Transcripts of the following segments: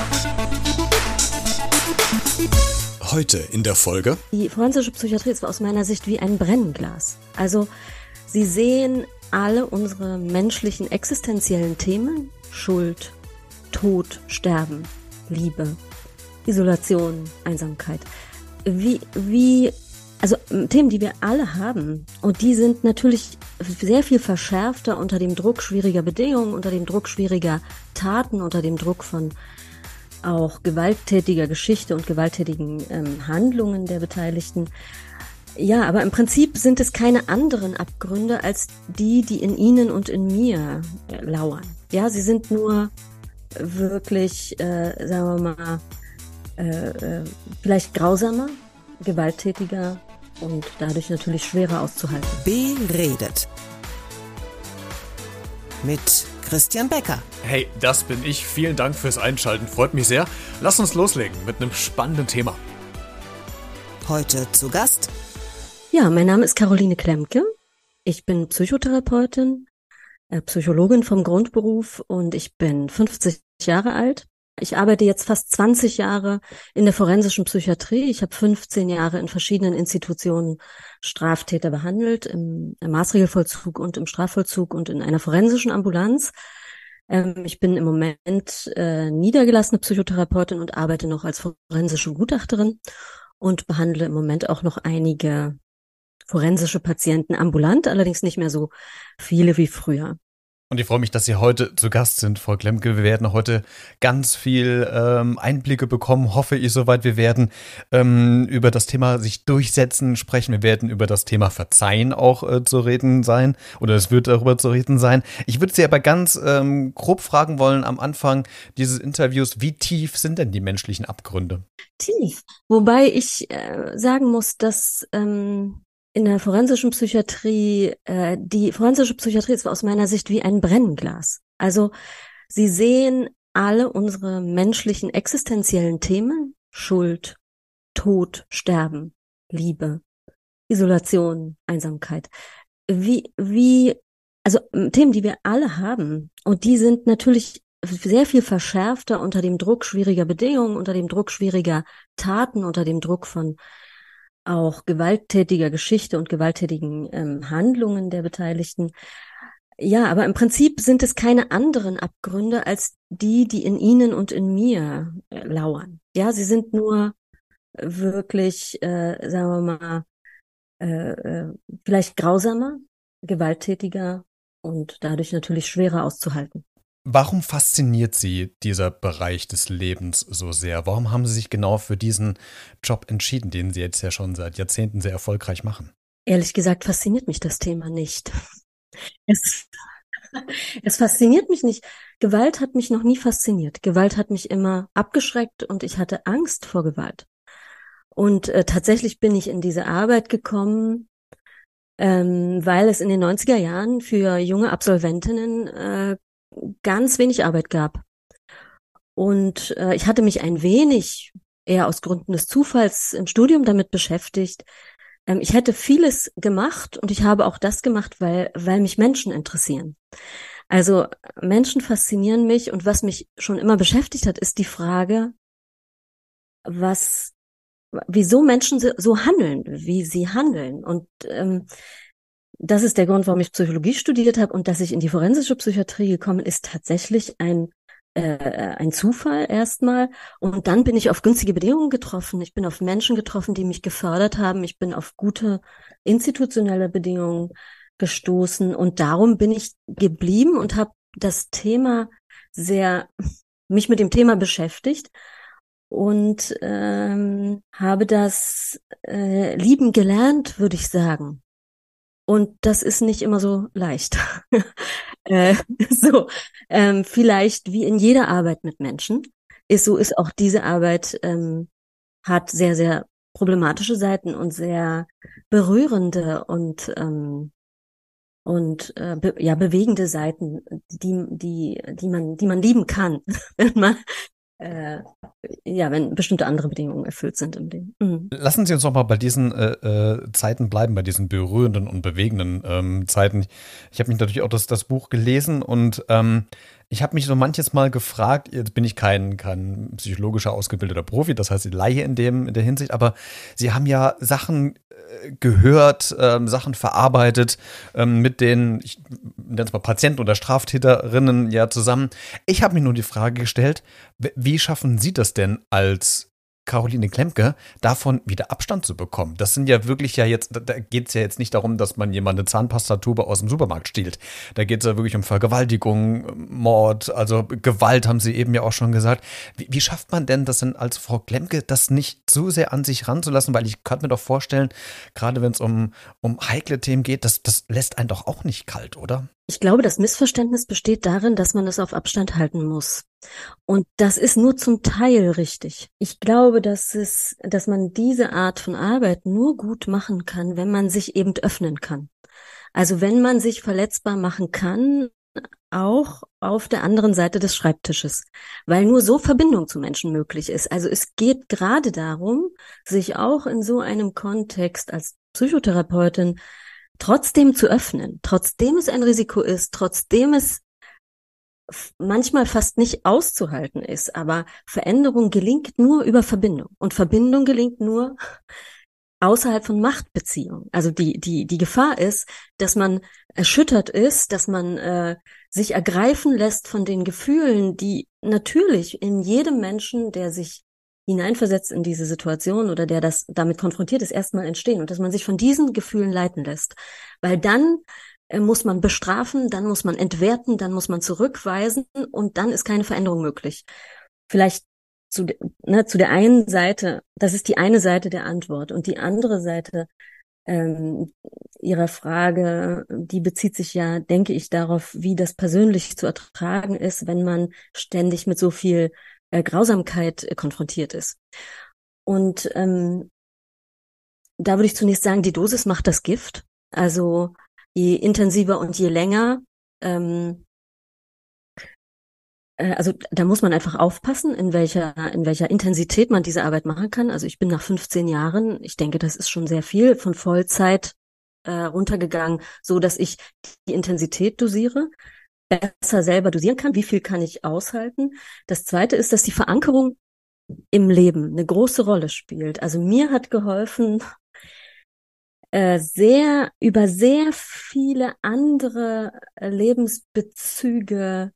Heute in der Folge: Die forensische Psychiatrie ist aus meiner Sicht wie ein Brennglas. Also sie sehen alle unsere menschlichen existenziellen Themen: Schuld, Tod, Sterben, Liebe, Isolation, Einsamkeit. Also Themen, die wir alle haben. Und die sind natürlich sehr viel verschärfter unter dem Druck schwieriger Bedingungen, unter dem Druck schwieriger Taten, unter dem Druck von auch gewalttätiger Geschichte und gewalttätigen Handlungen der Beteiligten. Ja, aber im Prinzip sind es keine anderen Abgründe als die in Ihnen und in mir lauern. Ja, sie sind nur wirklich, sagen wir mal, vielleicht grausamer, gewalttätiger und dadurch natürlich schwerer auszuhalten. Beredet. Mit Christian Becker. Hey, das bin ich. Vielen Dank fürs Einschalten. Freut mich sehr. Lass uns loslegen mit einem spannenden Thema. Heute zu Gast. Ja, mein Name ist Caroline Klemke. Ich bin Psychotherapeutin, Psychologin vom Grundberuf und ich bin 50 Jahre alt. Ich arbeite jetzt fast 20 Jahre in der forensischen Psychiatrie. Ich habe 15 Jahre in verschiedenen Institutionen Straftäter behandelt, im Maßregelvollzug und im Strafvollzug und in einer forensischen Ambulanz. Ich bin im Moment niedergelassene Psychotherapeutin und arbeite noch als forensische Gutachterin und behandle im Moment auch noch einige forensische Patienten ambulant, allerdings nicht mehr so viele wie früher. Und ich freue mich, dass Sie heute zu Gast sind, Frau Klemke. Wir werden heute ganz viel Einblicke bekommen, hoffe ich soweit. Wir werden über das Thema sich durchsetzen sprechen. Wir werden über das Thema Verzeihen auch zu reden sein. Oder es wird darüber zu reden sein. Ich würde Sie aber ganz grob fragen wollen am Anfang dieses Interviews, wie tief sind denn die menschlichen Abgründe? Tief. Wobei ich sagen muss, dass in der forensischen Psychiatrie, die forensische Psychiatrie ist aus meiner Sicht wie ein Brennglas. Also sie sehen alle unsere menschlichen existenziellen Themen: Schuld, Tod, Sterben, Liebe, Isolation, Einsamkeit. Also Themen, die wir alle haben. Und die sind natürlich sehr viel verschärfter unter dem Druck schwieriger Bedingungen, unter dem Druck schwieriger Taten, unter dem Druck von auch gewalttätiger Geschichte und gewalttätigen Handlungen der Beteiligten. Ja, aber im Prinzip sind es keine anderen Abgründe als die in Ihnen und in mir lauern. Ja, sie sind nur wirklich, sagen wir mal, vielleicht grausamer, gewalttätiger und dadurch natürlich schwerer auszuhalten. Warum fasziniert Sie dieser Bereich des Lebens so sehr? Warum haben Sie sich genau für diesen Job entschieden, den Sie jetzt ja schon seit Jahrzehnten sehr erfolgreich machen? Ehrlich gesagt fasziniert mich das Thema nicht. Es fasziniert mich nicht. Gewalt hat mich noch nie fasziniert. Gewalt hat mich immer abgeschreckt und ich hatte Angst vor Gewalt. Und tatsächlich bin ich in diese Arbeit gekommen, weil es in den 90er Jahren für junge Absolventinnen ganz wenig Arbeit gab. Und ich hatte mich ein wenig, eher aus Gründen des Zufalls, im Studium damit beschäftigt. Ich hätte vieles gemacht und ich habe auch das gemacht, weil mich Menschen interessieren. Also Menschen faszinieren mich, und was mich schon immer beschäftigt hat, ist die Frage, wieso Menschen so handeln, wie sie handeln. Und das ist der Grund, warum ich Psychologie studiert habe, und dass ich in die forensische Psychiatrie gekommen ist, tatsächlich ein Zufall erstmal. Und dann bin ich auf günstige Bedingungen getroffen. Ich bin auf Menschen getroffen, die mich gefördert haben. Ich bin auf gute institutionelle Bedingungen gestoßen. Und darum bin ich geblieben und habe mich mit dem Thema beschäftigt und habe das lieben gelernt, würde ich sagen. Und das ist nicht immer so leicht. Vielleicht wie in jeder Arbeit mit Menschen ist auch diese Arbeit hat sehr, sehr problematische Seiten und sehr berührende und bewegende Seiten, die man lieben kann, wenn bestimmte andere Bedingungen erfüllt sind im Leben. Mhm. Lassen Sie uns noch mal bei diesen Zeiten bleiben, bei diesen berührenden und bewegenden Zeiten. Ich habe mich natürlich auch das Buch gelesen und Ich habe mich so manches Mal gefragt, jetzt bin ich kein psychologischer ausgebildeter Profi, das heißt, ich Laie in der Hinsicht, aber Sie haben ja Sachen gehört, Sachen verarbeitet mit den, ich nenne es mal Patienten oder Straftäterinnen ja zusammen. Ich habe mir nur die Frage gestellt, wie schaffen Sie das denn als Caroline Klemke, davon wieder Abstand zu bekommen? Das sind ja wirklich ja jetzt, da geht es ja jetzt nicht darum, dass man jemand eine Zahnpastatube aus dem Supermarkt stiehlt. Da geht es ja wirklich um Vergewaltigung, Mord, also Gewalt, haben Sie eben ja auch schon gesagt. Wie schafft man denn das denn als Frau Klemke, das nicht zu sehr an sich ranzulassen? Weil ich könnte mir doch vorstellen, gerade wenn es um heikle Themen geht, das lässt einen doch auch nicht kalt, oder? Ich glaube, das Missverständnis besteht darin, dass man es auf Abstand halten muss. Und das ist nur zum Teil richtig. Ich glaube, dass man diese Art von Arbeit nur gut machen kann, wenn man sich eben öffnen kann. Also wenn man sich verletzbar machen kann, auch auf der anderen Seite des Schreibtisches, weil nur so Verbindung zu Menschen möglich ist. Also es geht gerade darum, sich auch in so einem Kontext als Psychotherapeutin trotzdem zu öffnen, trotzdem es ein Risiko ist, trotzdem es manchmal fast nicht auszuhalten ist, aber Veränderung gelingt nur über Verbindung und Verbindung gelingt nur außerhalb von Machtbeziehungen. Also die Gefahr ist, dass man erschüttert ist, dass man sich ergreifen lässt von den Gefühlen, die natürlich in jedem Menschen, der sich hineinversetzt in diese Situation oder der das damit konfrontiert ist, erstmal entstehen und dass man sich von diesen Gefühlen leiten lässt. Weil dann muss man bestrafen, dann muss man entwerten, dann muss man zurückweisen und dann ist keine Veränderung möglich. Vielleicht zu der einen Seite, das ist die eine Seite der Antwort und die andere Seite Ihrer Frage, die bezieht sich ja, denke ich, darauf, wie das persönlich zu ertragen ist, wenn man ständig mit so viel Grausamkeit konfrontiert ist. Und da würde ich zunächst sagen, die Dosis macht das Gift. Also je intensiver und je länger, also da muss man einfach aufpassen, in welcher Intensität man diese Arbeit machen kann. Also ich bin nach 15 Jahren, ich denke, das ist schon sehr viel, von Vollzeit runtergegangen, so dass ich die Intensität dosiere, besser selber dosieren kann, wie viel kann ich aushalten. Das Zweite ist, dass die Verankerung im Leben eine große Rolle spielt. Also mir hat geholfen, über sehr viele andere Lebensbezüge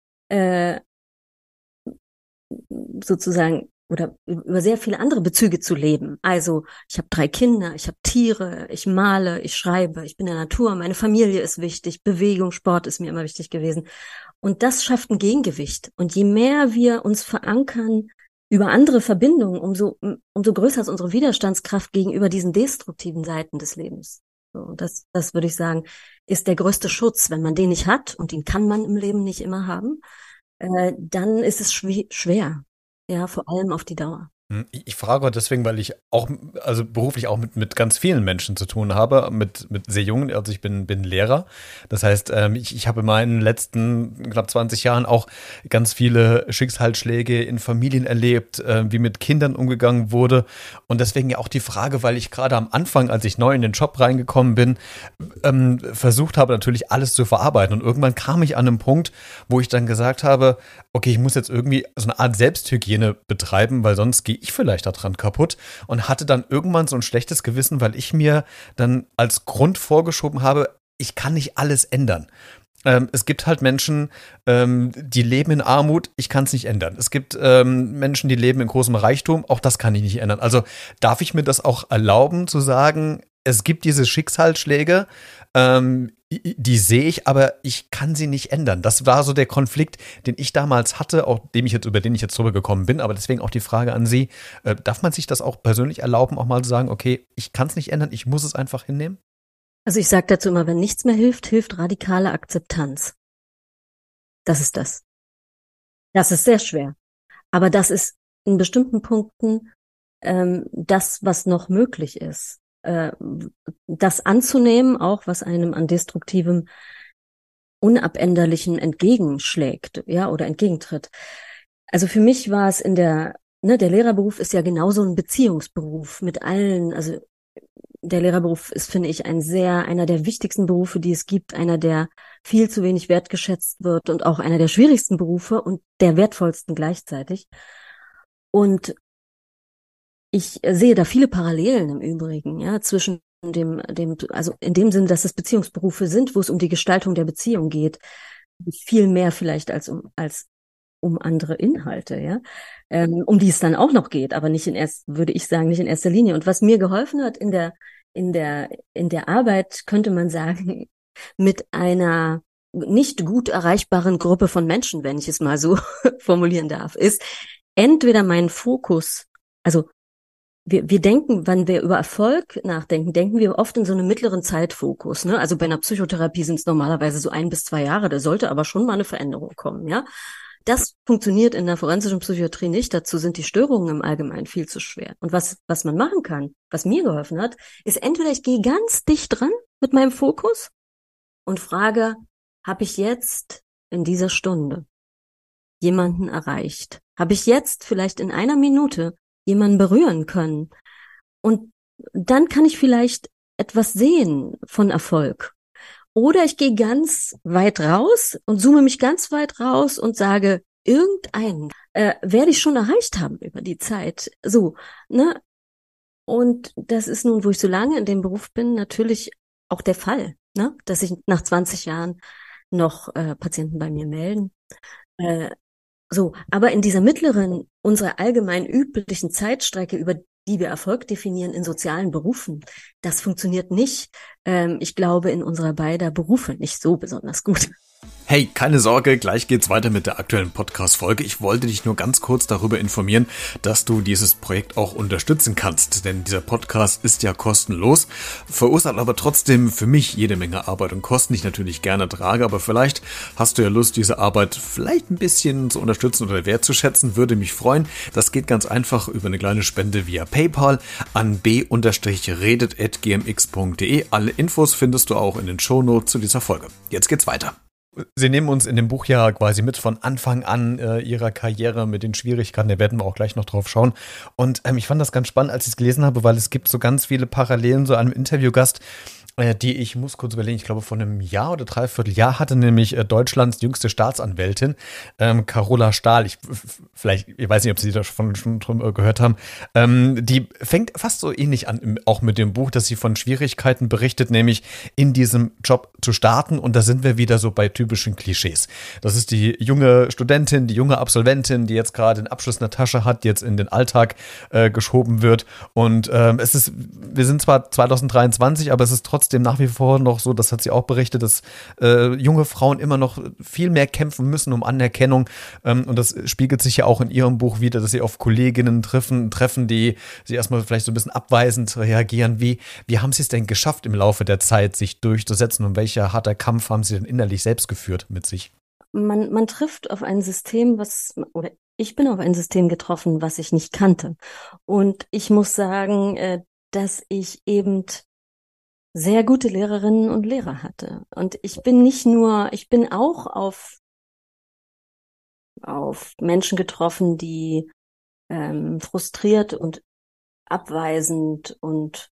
sozusagen oder über sehr viele andere Bezüge zu leben. Also ich habe 3 Kinder, ich habe Tiere, ich male, ich schreibe, ich bin in der Natur, meine Familie ist wichtig, Bewegung, Sport ist mir immer wichtig gewesen. Und das schafft ein Gegengewicht. Und je mehr wir uns verankern über andere Verbindungen, umso größer ist unsere Widerstandskraft gegenüber diesen destruktiven Seiten des Lebens. So, und das würde ich sagen, ist der größte Schutz. Wenn man den nicht hat, und den kann man im Leben nicht immer haben, dann ist es schwer. Ja, vor allem auf die Dauer. Ich frage deswegen, weil ich auch, also beruflich auch mit ganz vielen Menschen zu tun habe, mit sehr jungen, also ich bin Lehrer. Das heißt, ich habe in meinen letzten knapp 20 Jahren auch ganz viele Schicksalsschläge in Familien erlebt, wie mit Kindern umgegangen wurde. Und deswegen ja auch die Frage, weil ich gerade am Anfang, als ich neu in den Job reingekommen bin, versucht habe natürlich alles zu verarbeiten. Und irgendwann kam ich an einen Punkt, wo ich dann gesagt habe, okay, ich muss jetzt irgendwie so eine Art Selbsthygiene betreiben, weil sonst gehe ich vielleicht daran kaputt, und hatte dann irgendwann so ein schlechtes Gewissen, weil ich mir dann als Grund vorgeschoben habe, ich kann nicht alles ändern. Es gibt halt Menschen, die leben in Armut, ich kann es nicht ändern. Es gibt Menschen, die leben in großem Reichtum, auch das kann ich nicht ändern. Also darf ich mir das auch erlauben zu sagen, es gibt diese Schicksalsschläge, die sehe ich, aber ich kann sie nicht ändern. Das war so der Konflikt, den ich damals hatte, auch über den ich jetzt drüber gekommen bin. Aber deswegen auch die Frage an Sie, darf man sich das auch persönlich erlauben, auch mal zu sagen, okay, ich kann es nicht ändern, ich muss es einfach hinnehmen? Also ich sage dazu immer, wenn nichts mehr hilft, hilft radikale Akzeptanz. Das ist das. Das ist sehr schwer. Aber das ist in bestimmten Punkten das, was noch möglich ist. Das anzunehmen, auch was einem an destruktivem, unabänderlichen entgegenschlägt, ja, oder entgegentritt. Also für mich war es der Lehrerberuf ist ja genauso ein Beziehungsberuf mit allen, also der Lehrerberuf ist, finde ich, einer der wichtigsten Berufe, die es gibt, einer, der viel zu wenig wertgeschätzt wird und auch einer der schwierigsten Berufe und der wertvollsten gleichzeitig. Und ich sehe da viele Parallelen im Übrigen, ja, zwischen also in dem Sinne, dass es Beziehungsberufe sind, wo es um die Gestaltung der Beziehung geht, viel mehr vielleicht als um andere Inhalte, ja, um die es dann auch noch geht, aber würde ich sagen, nicht in erster Linie. Und was mir geholfen hat in der Arbeit, könnte man sagen, mit einer nicht gut erreichbaren Gruppe von Menschen, wenn ich es mal so formulieren darf, ist entweder meinen Fokus, also wir denken, wenn wir über Erfolg nachdenken, denken wir oft in so einem mittleren Zeitfokus, ne? Also bei einer Psychotherapie sind es normalerweise so 1 bis 2 Jahre, da sollte aber schon mal eine Veränderung kommen, ja? Das funktioniert in der forensischen Psychiatrie nicht. Dazu sind die Störungen im Allgemeinen viel zu schwer. Und was man machen kann, was mir geholfen hat, ist entweder ich gehe ganz dicht dran mit meinem Fokus und frage, habe ich jetzt in dieser Stunde jemanden erreicht? Habe ich jetzt vielleicht in einer Minute jemanden berühren können? Und dann kann ich vielleicht etwas sehen von Erfolg. Oder ich gehe ganz weit raus und zoome mich ganz weit raus und sage, irgendeinen werde ich schon erreicht haben über die Zeit. So, ne? Und das ist nun, wo ich so lange in dem Beruf bin, natürlich auch der Fall, ne? Dass sich nach 20 Jahren noch Patienten bei mir melden. So, aber in dieser mittleren, unserer allgemein üblichen Zeitstrecke, über die wir Erfolg definieren in sozialen Berufen, das funktioniert nicht. Ich glaube, in unserer beider Berufe nicht so besonders gut. Hey, keine Sorge, gleich geht's weiter mit der aktuellen Podcast-Folge. Ich wollte dich nur ganz kurz darüber informieren, dass du dieses Projekt auch unterstützen kannst, denn dieser Podcast ist ja kostenlos, verursacht aber trotzdem für mich jede Menge Arbeit und Kosten, die ich natürlich gerne trage, aber vielleicht hast du ja Lust, diese Arbeit vielleicht ein bisschen zu unterstützen oder wertzuschätzen, würde mich freuen. Das geht ganz einfach über eine kleine Spende via PayPal an b-redet@gmx.de. Alle Infos findest du auch in den Shownotes zu dieser Folge. Jetzt geht's weiter. Sie nehmen uns in dem Buch ja quasi mit von Anfang an Ihrer Karriere mit den Schwierigkeiten, da werden wir auch gleich noch drauf schauen. Und ich fand das ganz spannend, als ich es gelesen habe, weil es gibt so ganz viele Parallelen zu einem Interviewgast, die ich muss kurz überlegen, ich glaube vor einem Jahr oder Dreivierteljahr hatte nämlich Deutschlands jüngste Staatsanwältin, Carola Stahl, ich weiß nicht, ob Sie davon schon gehört haben, die fängt fast so ähnlich an, auch mit dem Buch, dass sie von Schwierigkeiten berichtet, nämlich in diesem Job zu starten, und da sind wir wieder so bei typischen Klischees. Das ist die junge Studentin, die junge Absolventin, die jetzt gerade den Abschluss in der Tasche hat, die jetzt in den Alltag geschoben wird, und wir sind zwar 2023, aber es ist trotzdem nach wie vor noch so, das hat sie auch berichtet, dass junge Frauen immer noch viel mehr kämpfen müssen um Anerkennung, und das spiegelt sich ja auch in ihrem Buch wieder, dass sie auf Kolleginnen treffen, die sie erstmal vielleicht so ein bisschen abweisend reagieren. Wie haben sie es denn geschafft im Laufe der Zeit, sich durchzusetzen, und welcher harter Kampf haben sie denn innerlich selbst geführt mit sich? Man trifft auf ein System, oder ich bin auf ein System getroffen, was ich nicht kannte. Und ich muss sagen, dass ich eben sehr gute Lehrerinnen und Lehrer hatte. Und ich bin auch auf Menschen getroffen, die frustriert und abweisend und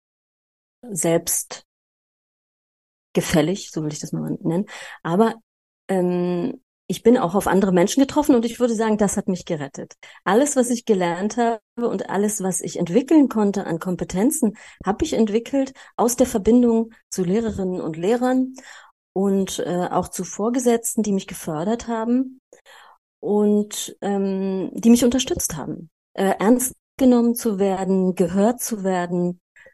selbstgefällig, so will ich das mal nennen. Aber ich bin auch auf andere Menschen getroffen, und ich würde sagen, das hat mich gerettet. Alles, was ich gelernt habe und alles, was ich entwickeln konnte an Kompetenzen, habe ich entwickelt aus der Verbindung zu Lehrerinnen und Lehrern und auch zu Vorgesetzten, die mich gefördert haben und die mich unterstützt haben, ernst genommen zu werden, gehört zu werden,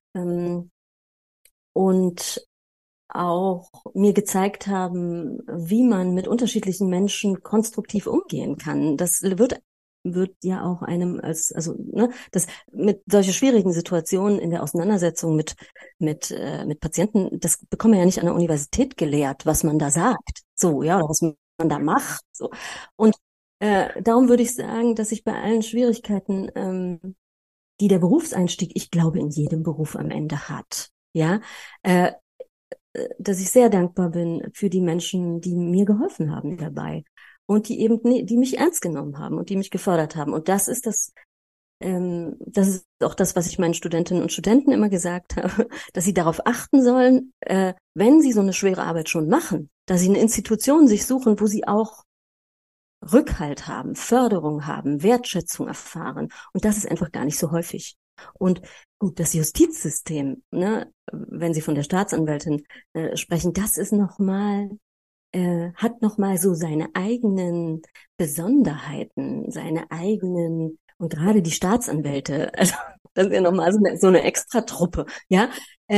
und auch mir gezeigt haben, wie man mit unterschiedlichen Menschen konstruktiv umgehen kann. Das wird ja auch einem das mit solche schwierigen Situationen in der Auseinandersetzung mit Patienten, das bekommt man ja nicht an der Universität gelehrt, was man da sagt, so, ja, oder was man da macht, so. Und darum würde ich sagen, dass ich bei allen Schwierigkeiten, die der Berufseinstieg, ich glaube, in jedem Beruf am Ende hat, ja, dass ich sehr dankbar bin für die Menschen, die mir geholfen haben dabei und die mich ernst genommen haben und die mich gefördert haben. Und das ist das ist auch das, was ich meinen Studentinnen und Studenten immer gesagt habe, dass sie darauf achten sollen, wenn sie so eine schwere Arbeit schon machen, dass sie eine Institution sich suchen, wo sie auch Rückhalt haben, Förderung haben, Wertschätzung erfahren. Und das ist einfach gar nicht so häufig. Und gut, das Justizsystem, ne, wenn Sie von der Staatsanwältin sprechen, das ist hat nochmal so seine eigenen Besonderheiten, seine eigenen, und gerade die Staatsanwälte, also das ist ja nochmal so eine Extratruppe, ja.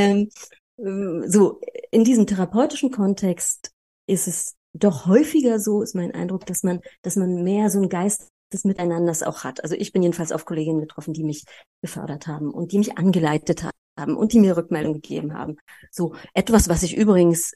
So, in diesem therapeutischen Kontext ist es doch häufiger so, ist mein Eindruck, dass man mehr so einen Geist des Miteinanders auch hat. Also ich bin jedenfalls auf Kolleginnen getroffen, die mich gefördert haben und die mich angeleitet haben und die mir Rückmeldung gegeben haben. So etwas, was ich übrigens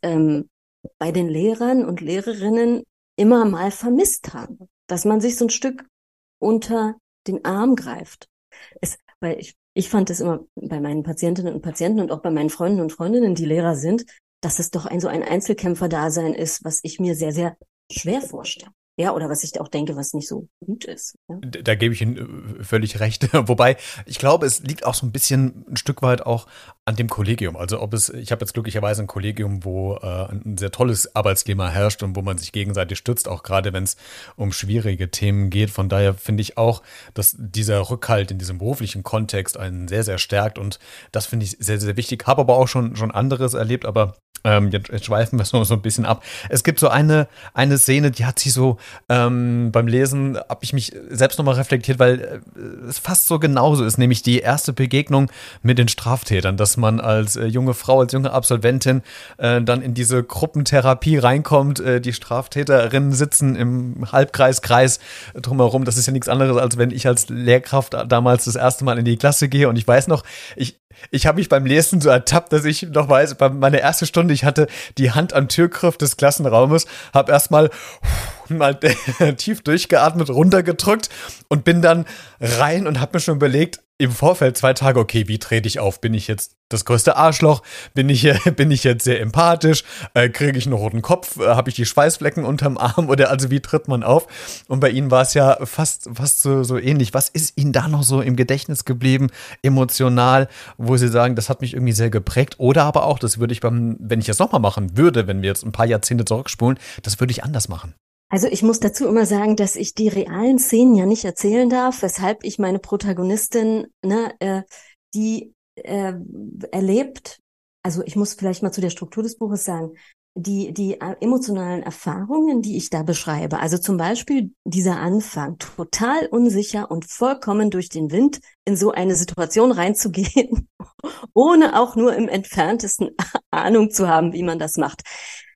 bei den Lehrern und Lehrerinnen immer mal vermisst habe, dass man sich so ein Stück unter den Arm greift. Weil ich fand es immer bei meinen Patientinnen und Patienten und auch bei meinen Freunden und Freundinnen, die Lehrer sind, dass es doch so ein Einzelkämpfer-Dasein ist, was ich mir sehr, sehr schwer vorstelle. Ja, oder was ich auch denke, was nicht so gut ist. Ja. Da gebe ich Ihnen völlig recht. Wobei, ich glaube, es liegt auch so ein bisschen ein Stück weit auch an dem Kollegium. Also ich habe jetzt glücklicherweise ein Kollegium, wo ein sehr tolles Arbeitsklima herrscht und wo man sich gegenseitig stützt, auch gerade wenn es um schwierige Themen geht. Von daher finde ich auch, dass dieser Rückhalt in diesem beruflichen Kontext einen sehr, sehr stärkt. Und das finde ich sehr, sehr wichtig. Habe aber auch schon anderes erlebt, aber jetzt schweifen wir so ein bisschen ab. Es gibt so eine Szene, die hat sich so beim Lesen, habe ich mich selbst nochmal reflektiert, weil es fast so genauso ist, nämlich die erste Begegnung mit den Straftätern, dass man als junge Frau, als junge Absolventin dann in diese Gruppentherapie reinkommt. Die Straftäterinnen sitzen im Halbkreis drumherum. Das ist ja nichts anderes, als wenn ich als Lehrkraft damals das erste Mal in die Klasse gehe. Und ich weiß noch, ich habe mich beim Lesen so ertappt, dass ich noch weiß, bei meiner ersten Stunde, ich hatte die Hand am Türgriff des Klassenraumes, habe erstmal mal tief durchgeatmet, runtergedrückt und bin dann rein und habe mir schon überlegt, im Vorfeld 2 Tage, okay, wie trete ich auf? Bin ich jetzt das größte Arschloch? Bin ich jetzt sehr empathisch? Kriege ich einen roten Kopf? Habe ich die Schweißflecken unterm Arm? Oder also wie tritt man auf? Und bei Ihnen war es ja fast so ähnlich. Was ist Ihnen da noch so im Gedächtnis geblieben, emotional, wo Sie sagen, das hat mich irgendwie sehr geprägt? Oder aber auch, das würde ich wenn ich das nochmal machen würde, wenn wir jetzt ein paar Jahrzehnte zurückspulen, das würde ich anders machen. Also ich muss dazu immer sagen, dass ich die realen Szenen ja nicht erzählen darf, weshalb ich meine Protagonistin, die erlebt, also ich muss vielleicht mal zu der Struktur des Buches sagen, die emotionalen Erfahrungen, die ich da beschreibe, also zum Beispiel dieser Anfang, total unsicher und vollkommen durch den Wind in so eine Situation reinzugehen, ohne auch nur im entferntesten Ahnung zu haben, wie man das macht.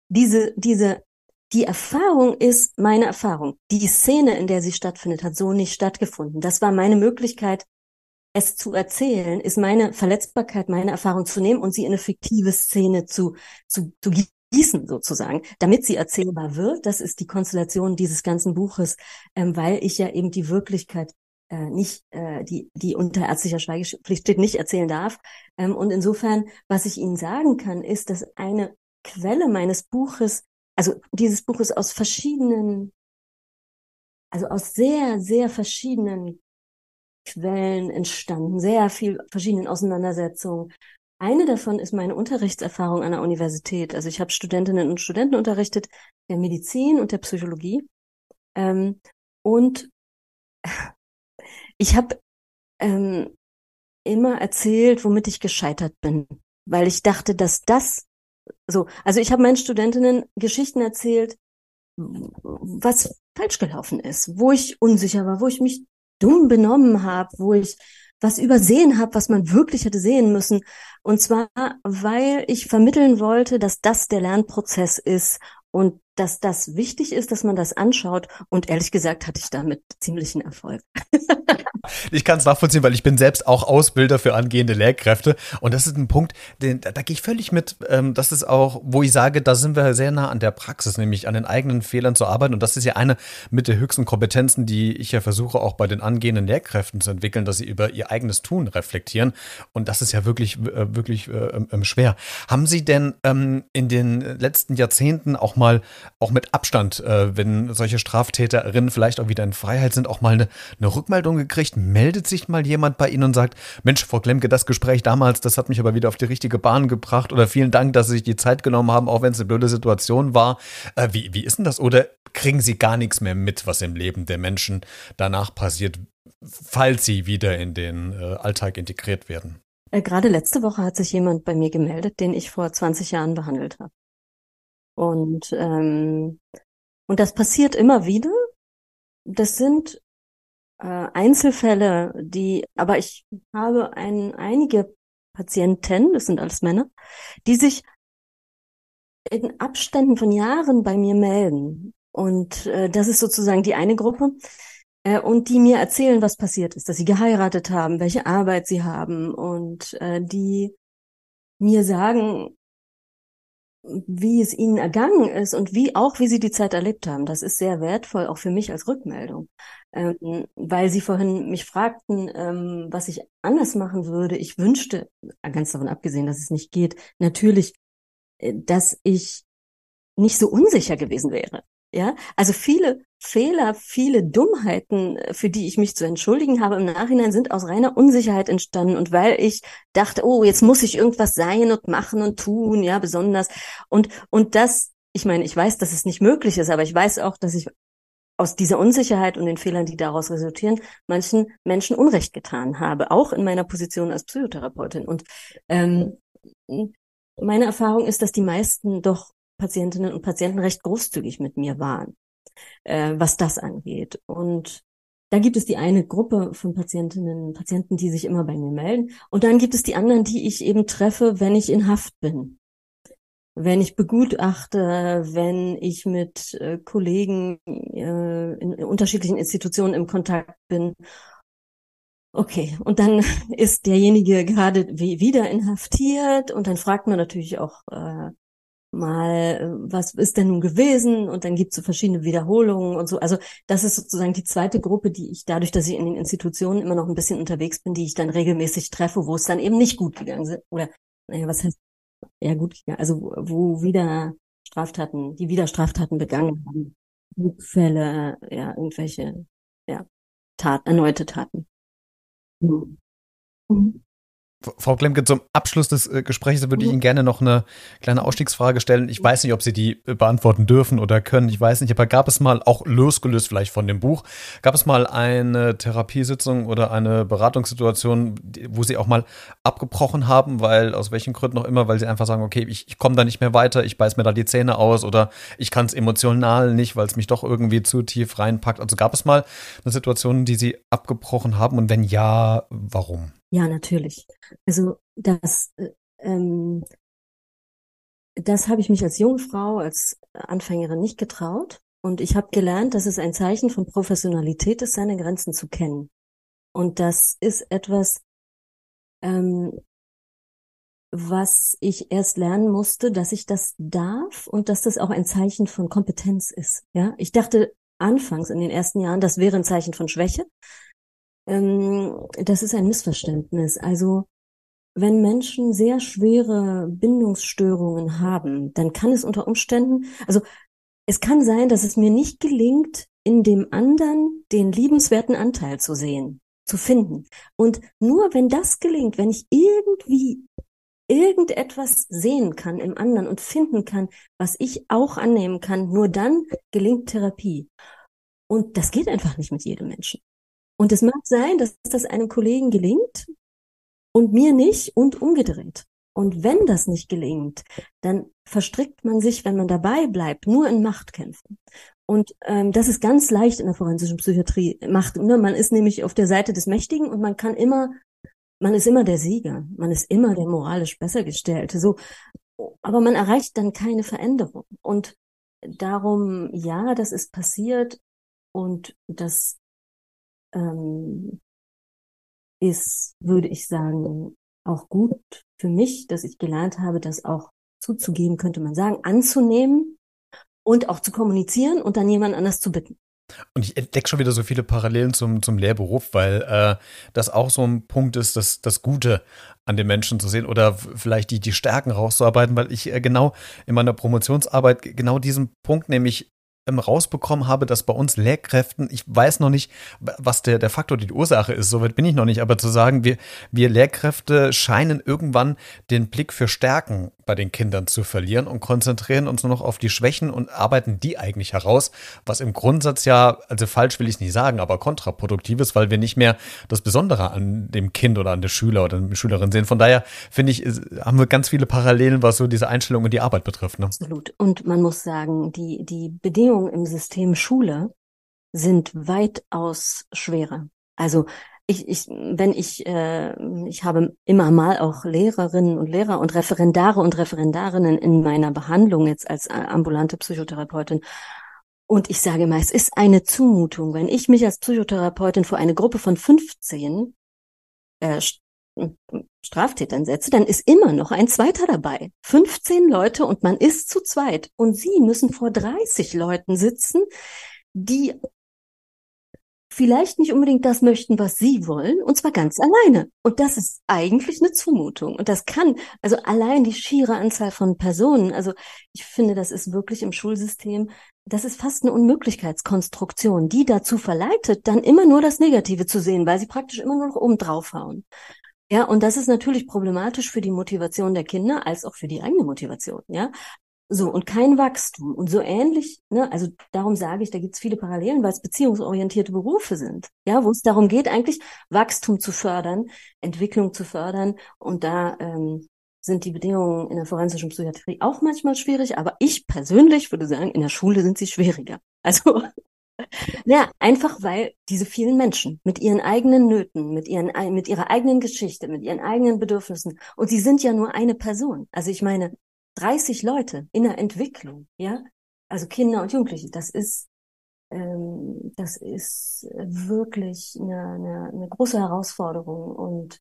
Die Erfahrung ist meine Erfahrung. Die Szene, in der sie stattfindet, hat so nicht stattgefunden. Das war meine Möglichkeit, es zu erzählen, ist meine Verletzbarkeit, meine Erfahrung zu nehmen und sie in eine fiktive Szene zu gießen sozusagen, damit sie erzählbar wird. Das ist die Konstellation dieses ganzen Buches, weil ich ja eben die Wirklichkeit nicht, die unter ärztlicher Schweigepflicht steht, nicht erzählen darf. Und insofern, was ich Ihnen sagen kann, ist, dass eine Quelle meines Buches, also dieses Buch ist aus sehr, sehr verschiedenen Quellen entstanden, sehr viel verschiedenen Auseinandersetzungen. Eine davon ist meine Unterrichtserfahrung an der Universität. Also ich habe Studentinnen und Studenten unterrichtet, der Medizin und der Psychologie. Und ich habe immer erzählt, womit ich gescheitert bin, weil ich dachte, dass das so, also ich habe meinen Studentinnen Geschichten erzählt, was falsch gelaufen ist, wo ich unsicher war, wo ich mich dumm benommen habe, wo ich was übersehen habe, was man wirklich hätte sehen müssen. Und zwar, weil ich vermitteln wollte, dass das der Lernprozess ist und dass das wichtig ist, dass man das anschaut. Und ehrlich gesagt hatte ich damit ziemlichen Erfolg. Ich kann es nachvollziehen, weil ich bin selbst auch Ausbilder für angehende Lehrkräfte. Und das ist ein Punkt, da gehe ich völlig mit. Das ist auch, wo ich sage, da sind wir sehr nah an der Praxis, nämlich an den eigenen Fehlern zu arbeiten. Und das ist ja eine mit der höchsten Kompetenzen, die ich ja versuche auch bei den angehenden Lehrkräften zu entwickeln, dass sie über ihr eigenes Tun reflektieren. Und das ist ja wirklich schwer. Haben Sie denn in den letzten Jahrzehnten auch mit Abstand, wenn solche Straftäterinnen vielleicht auch wieder in Freiheit sind, auch mal eine Rückmeldung gekriegt, vielleicht meldet sich mal jemand bei Ihnen und sagt, Mensch, Frau Klemke, das Gespräch damals, das hat mich aber wieder auf die richtige Bahn gebracht oder vielen Dank, dass Sie sich die Zeit genommen haben, auch wenn es eine blöde Situation war. Wie ist denn das? Oder kriegen Sie gar nichts mehr mit, was im Leben der Menschen danach passiert, falls sie wieder in den Alltag integriert werden? Gerade letzte Woche hat sich jemand bei mir gemeldet, den ich vor 20 Jahren behandelt habe. Und das passiert immer wieder. Das sind Einzelfälle, aber ich habe einige Patienten, das sind alles Männer, die sich in Abständen von Jahren bei mir melden. Und das ist sozusagen die eine Gruppe. Und die mir erzählen, was passiert ist, dass sie geheiratet haben, welche Arbeit sie haben und die mir sagen, wie es ihnen ergangen ist und wie sie die Zeit erlebt haben. Das ist sehr wertvoll, auch für mich als Rückmeldung. Weil Sie vorhin mich fragten, was ich anders machen würde. Ich wünschte, ganz davon abgesehen, dass es nicht geht, natürlich, dass ich nicht so unsicher gewesen wäre. Ja, also viele Fehler, viele Dummheiten, für die ich mich zu entschuldigen habe im Nachhinein, sind aus reiner Unsicherheit entstanden und weil ich dachte, oh, jetzt muss ich irgendwas sein und machen und tun, ja, besonders. Und das, ich meine, ich weiß, dass es nicht möglich ist, aber ich weiß auch, dass ich aus dieser Unsicherheit und den Fehlern, die daraus resultieren, manchen Menschen Unrecht getan habe, auch in meiner Position als Psychotherapeutin. Und meine Erfahrung ist, dass die meisten doch Patientinnen und Patienten recht großzügig mit mir waren, was das angeht. Und da gibt es die eine Gruppe von Patientinnen und Patienten, die sich immer bei mir melden. Und dann gibt es die anderen, die ich eben treffe, wenn ich in Haft bin. Wenn ich begutachte, wenn ich mit Kollegen in unterschiedlichen Institutionen im Kontakt bin. Okay, und dann ist derjenige gerade wieder inhaftiert und dann fragt man natürlich auch mal, was ist denn nun gewesen? Und dann gibt es so verschiedene Wiederholungen und so. Also das ist sozusagen die zweite Gruppe, die ich dadurch, dass ich in den Institutionen immer noch ein bisschen unterwegs bin, die ich dann regelmäßig treffe, wo es dann eben nicht gut gegangen ist. Oder, naja, was heißt, ja gut gegangen, also wo wieder Straftaten begangen haben. Fälle, ja, irgendwelche, ja, erneute Taten. Mhm. Mhm. Frau Klemke, zum Abschluss des Gesprächs würde ich Ihnen gerne noch eine kleine Ausstiegsfrage stellen. Ich weiß nicht, ob Sie die beantworten dürfen oder können, ich weiß nicht, aber gab es mal, auch losgelöst vielleicht von dem Buch, gab es mal eine Therapiesitzung oder eine Beratungssituation, wo Sie auch mal abgebrochen haben, weil aus welchen Gründen auch immer, weil Sie einfach sagen, okay, ich komme da nicht mehr weiter, ich beiß mir da die Zähne aus oder ich kann es emotional nicht, weil es mich doch irgendwie zu tief reinpackt. Also gab es mal eine Situation, die Sie abgebrochen haben und wenn ja, warum? Ja, natürlich. Also das habe ich mich als junge Frau, als Anfängerin nicht getraut. Und ich habe gelernt, dass es ein Zeichen von Professionalität ist, seine Grenzen zu kennen. Und das ist etwas, was ich erst lernen musste, dass ich das darf und dass das auch ein Zeichen von Kompetenz ist. Ja, ich dachte anfangs in den ersten Jahren, das wäre ein Zeichen von Schwäche. Das ist ein Missverständnis. Also wenn Menschen sehr schwere Bindungsstörungen haben, dann kann es unter Umständen, also es kann sein, dass es mir nicht gelingt, in dem anderen den liebenswerten Anteil zu sehen, zu finden. Und nur wenn das gelingt, wenn ich irgendwie irgendetwas sehen kann im anderen und finden kann, was ich auch annehmen kann, nur dann gelingt Therapie. Und das geht einfach nicht mit jedem Menschen. Und es mag sein, dass das einem Kollegen gelingt und mir nicht und umgedreht. Und wenn das nicht gelingt, dann verstrickt man sich, wenn man dabei bleibt, nur in Machtkämpfen. Und das ist ganz leicht in der forensischen Psychiatrie. Man ist nämlich auf der Seite des Mächtigen und man ist immer der Sieger. Man ist immer der moralisch Bessergestellte. So, aber man erreicht dann keine Veränderung. Und darum, ja, das ist passiert und das ist, würde ich sagen, auch gut für mich, dass ich gelernt habe, das auch zuzugeben, könnte man sagen, anzunehmen und auch zu kommunizieren und dann jemand anders zu bitten. Und ich entdecke schon wieder so viele Parallelen zum Lehrberuf, weil das auch so ein Punkt ist, das Gute an den Menschen zu sehen oder vielleicht die Stärken rauszuarbeiten, weil ich genau in meiner Promotionsarbeit genau diesen Punkt nämlich rausbekommen habe, dass bei uns Lehrkräften, ich weiß noch nicht, was der Faktor, die Ursache ist, soweit bin ich noch nicht, aber zu sagen, wir Lehrkräfte scheinen irgendwann den Blick für Stärken bei den Kindern zu verlieren und konzentrieren uns nur noch auf die Schwächen und arbeiten die eigentlich heraus, was im Grundsatz ja, also falsch will ich es nicht sagen, aber kontraproduktiv ist, weil wir nicht mehr das Besondere an dem Kind oder an der Schüler oder der Schülerin sehen. Von daher finde ich, haben wir ganz viele Parallelen, was so diese Einstellung in die Arbeit betrifft. Ne? Absolut. Und man muss sagen, die Bedingungen im System Schule sind weitaus schwerer. Also ich habe immer mal auch Lehrerinnen und Lehrer und Referendare und Referendarinnen in meiner Behandlung jetzt als ambulante Psychotherapeutin. Und ich sage immer, es ist eine Zumutung, wenn ich mich als Psychotherapeutin vor eine Gruppe von 15 Straftätern setze, dann ist immer noch ein zweiter dabei. 15 Leute und man ist zu zweit. Und sie müssen vor 30 Leuten sitzen, die vielleicht nicht unbedingt das möchten, was sie wollen, und zwar ganz alleine. Und das ist eigentlich eine Zumutung. Und das kann, also allein die schiere Anzahl von Personen, also ich finde, das ist wirklich im Schulsystem, das ist fast eine Unmöglichkeitskonstruktion, die dazu verleitet, dann immer nur das Negative zu sehen, weil sie praktisch immer nur noch oben draufhauen. Ja, und das ist natürlich problematisch für die Motivation der Kinder als auch für die eigene Motivation, ja. So, und kein Wachstum. Und so ähnlich, ne, also darum sage ich, da gibt's viele Parallelen, weil es beziehungsorientierte Berufe sind, ja, wo es darum geht, eigentlich Wachstum zu fördern, Entwicklung zu fördern. Und da sind die Bedingungen in der forensischen Psychiatrie auch manchmal schwierig, aber ich persönlich würde sagen, in der Schule sind sie schwieriger. Also ja, einfach weil diese vielen Menschen mit ihren eigenen Nöten, mit ihrer eigenen Geschichte, mit ihren eigenen Bedürfnissen, und sie sind ja nur eine Person. Also ich meine, 30 Leute in der Entwicklung, ja, also Kinder und Jugendliche, das ist wirklich eine große Herausforderung, und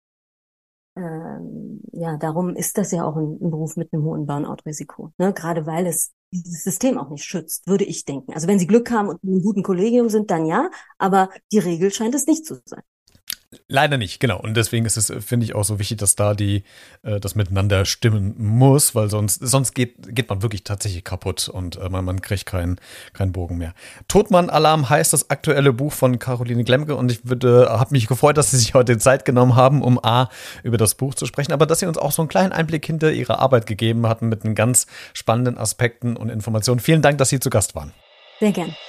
ja, darum ist das ja auch ein Beruf mit einem hohen Burnout-Risiko, ne? Gerade weil es dieses System auch nicht schützt, würde ich denken. Also wenn Sie Glück haben und in einem guten Kollegium sind, dann ja, aber die Regel scheint es nicht zu sein. Leider nicht, genau. Und deswegen ist es, finde ich, auch so wichtig, dass da das miteinander stimmen muss, weil sonst geht man wirklich tatsächlich kaputt und man kriegt keinen Bogen mehr. Todmann-Alarm heißt das aktuelle Buch von Caroline Glemke, und ich habe mich gefreut, dass Sie sich heute Zeit genommen haben, um über das Buch zu sprechen, aber dass Sie uns auch so einen kleinen Einblick hinter Ihre Arbeit gegeben hatten mit den ganz spannenden Aspekten und Informationen. Vielen Dank, dass Sie zu Gast waren. Sehr gern.